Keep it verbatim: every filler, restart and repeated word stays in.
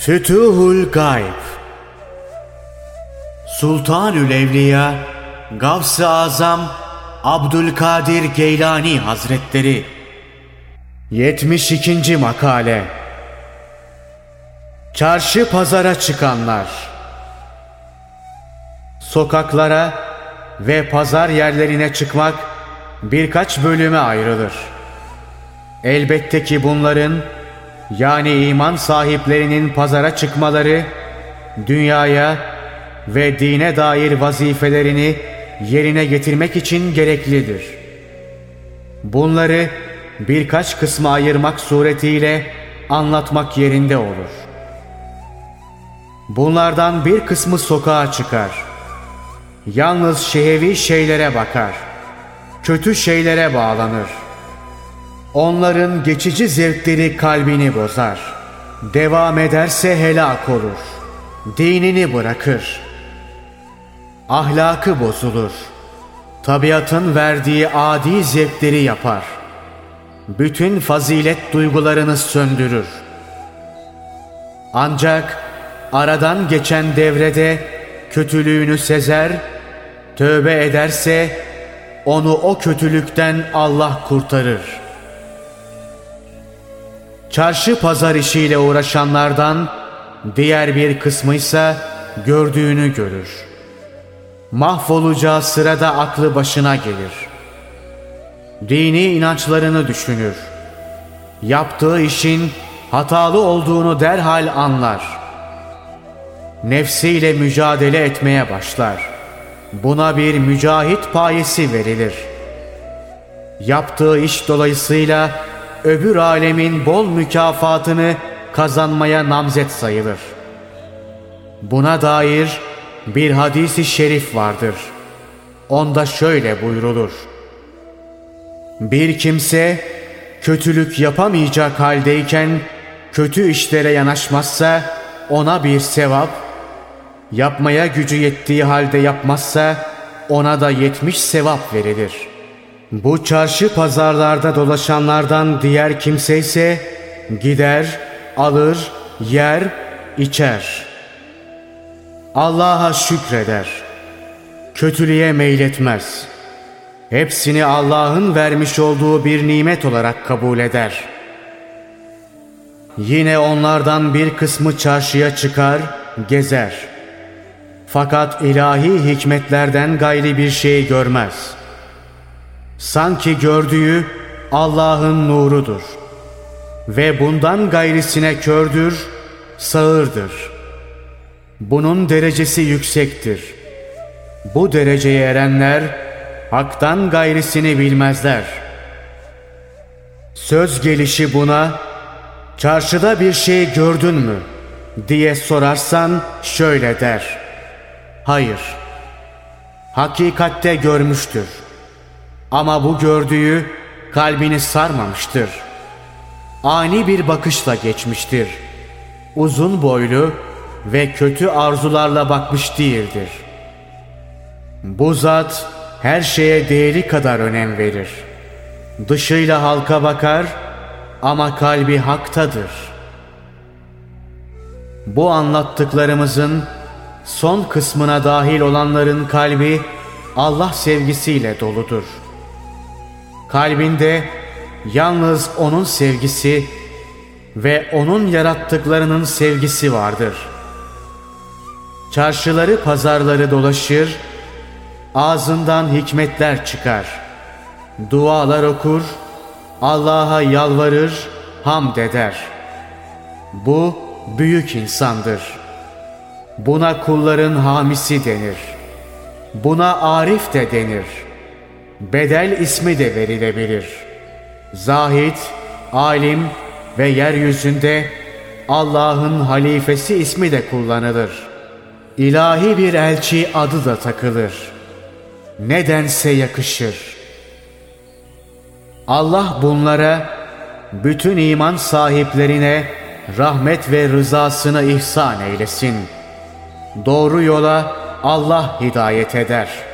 Fütuhul Gayb. Sultanül Evliya Gavs-ı Azam Abdülkadir Geylani Hazretleri. yetmiş ikinci makale. Çarşı pazara çıkanlar. Sokaklara ve pazar yerlerine çıkmak birkaç bölüme ayrılır. Elbette ki bunların, yani iman sahiplerinin pazara çıkmaları, dünyaya ve dine dair vazifelerini yerine getirmek için gereklidir. Bunları birkaç kısma ayırmak suretiyle anlatmak yerinde olur. Bunlardan bir kısmı sokağa çıkar. Yalnız şehevi şeylere bakar. Kötü şeylere bağlanır. Onların geçici zevkleri kalbini bozar. Devam ederse helak olur. Dinini bırakır. Ahlakı bozulur. Tabiatın verdiği adi zevkleri yapar. Bütün fazilet duygularını söndürür. Ancak aradan geçen devrede kötülüğünü sezer, tövbe ederse onu o kötülükten Allah kurtarır. Çarşı pazar işiyle uğraşanlardan diğer bir kısmıysa gördüğünü görür. Mahvolacağı sırada aklı başına gelir. Dini inançlarını düşünür. Yaptığı işin hatalı olduğunu derhal anlar. Nefsiyle mücadele etmeye başlar. Buna bir mücahit payesi verilir. Yaptığı iş dolayısıyla öbür alemin bol mükafatını kazanmaya namzet sayılır. Buna dair bir hadis-i şerif vardır. Onda şöyle buyrulur: bir kimse kötülük yapamayacak haldeyken kötü işlere yanaşmazsa ona bir sevap, yapmaya gücü yettiği halde yapmazsa ona da yetmiş sevap verilir. Bu çarşı pazarlarda dolaşanlardan diğer kimse ise gider, alır, yer, içer. Allah'a şükreder. Kötülüğe meyletmez. Hepsini Allah'ın vermiş olduğu bir nimet olarak kabul eder. Yine onlardan bir kısmı çarşıya çıkar, gezer. Fakat ilahi hikmetlerden gayri bir şey görmez. Sanki gördüğü Allah'ın nurudur. Ve bundan gayrisine kördür, sağırdır. Bunun derecesi yüksektir. Bu dereceye erenler haktan gayrisini bilmezler. Söz gelişi buna "Çarşıda bir şey gördün mü?" diye sorarsan şöyle der: hayır. Hakikatte görmüştür. Ama bu gördüğü kalbini sarmamıştır. Ani bir bakışla geçmiştir. Uzun boylu ve kötü arzularla bakmış değildir. Bu zat her şeye değeri kadar önem verir. Dışıyla halka bakar ama kalbi haktadır. Bu anlattıklarımızın son kısmına dahil olanların kalbi Allah sevgisiyle doludur. Kalbinde yalnız onun sevgisi ve onun yarattıklarının sevgisi vardır. Çarşıları pazarları dolaşır, ağzından hikmetler çıkar. Dualar okur, Allah'a yalvarır, hamd eder. Bu büyük insandır. Buna kulların hamisi denir. Buna arif de denir. Bedel ismi de verilebilir. Zahid, alim ve yeryüzünde Allah'ın halifesi ismi de kullanılır. İlahi bir elçi adı da takılır. Nedense yakışır. Allah bunlara, bütün iman sahiplerine rahmet ve rızasını ihsan eylesin. Doğru yola Allah hidayet eder.